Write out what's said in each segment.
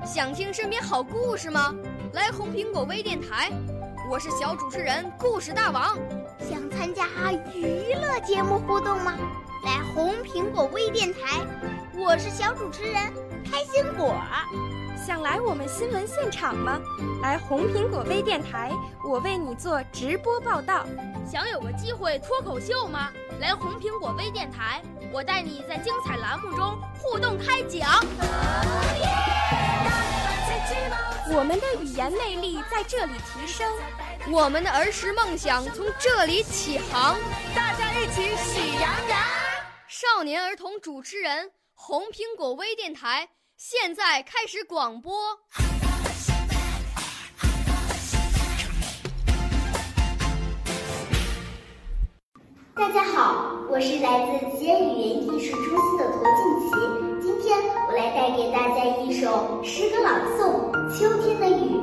想听身边好故事吗？来红苹果微电台，我是小主持人故事大王。 想参加娱乐节目互动吗？来红苹果微电台，我是小主持人开心果。 想来我们新闻现场吗？来红苹果微电台，我为你做直播报道。 想有个机会脱口秀吗？来红苹果微电台，我带你在精彩栏目中互动开讲。 我们的语言魅力在这里提升， 我们的儿时梦想从这里起航， 大家一起喜羊羊。 少年儿童主持人，红苹果微电台现在开始广播。 大家好，我是来自吉安语言艺术中心的涂静琪，今天我来带给大家一首诗歌朗诵《秋天的雨》。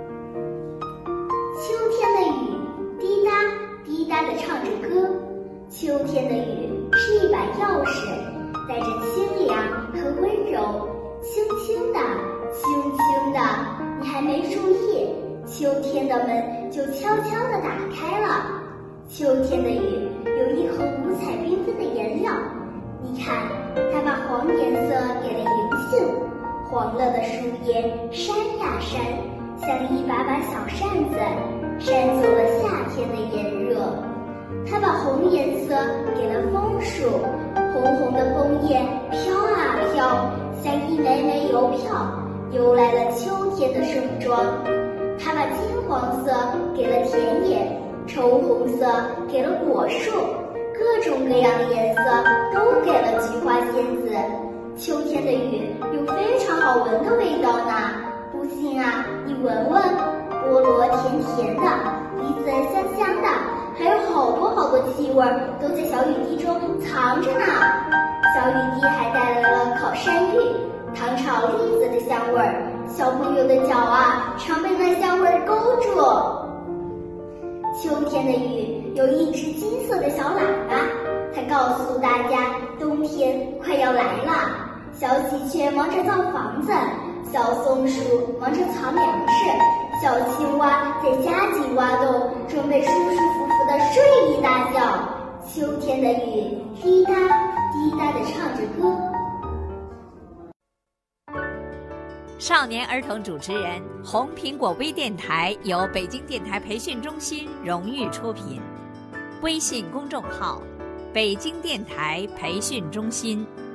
秋天的雨，滴答滴答地唱着歌。秋天的雨是一把钥匙，带着清凉和温柔，轻轻地，轻轻地，你还没注意，秋天的门就悄悄地打开了。秋天的雨有一盒五彩缤纷的颜料，你看，它把黄颜色给了银杏，黄了的树叶扇呀扇，像一把把小扇子，扇走了夏天的炎热。它把红颜色给了枫树，红红的枫叶飘啊飘，像一枚枚邮票，邮来了秋天的盛装。它把金黄色给了田野，稠红色给了果树，各种各样的颜色都给了菊花仙子。秋天的雨有非常好闻的味道呢，不信啊，你闻闻，菠萝甜甜的，梨子香香的，还有好多好多气味都在小雨滴中藏着呢。小雨滴还带来了烤山芋、糖炒栗子的香味儿，小朋友的脚啊常被那香味儿勾住。秋天的雨有一只金色的小喇叭，它告诉大家冬天快要来了。小喜鹊忙着造房子，小松鼠忙着藏粮食，小青蛙在家里挖洞，准备舒舒服服地睡一大觉。秋天的雨滴答滴答地唱着歌。 少年儿童主持人，红苹果微电台由北京电台培训中心荣誉出品，微信公众号：北京电台培训中心。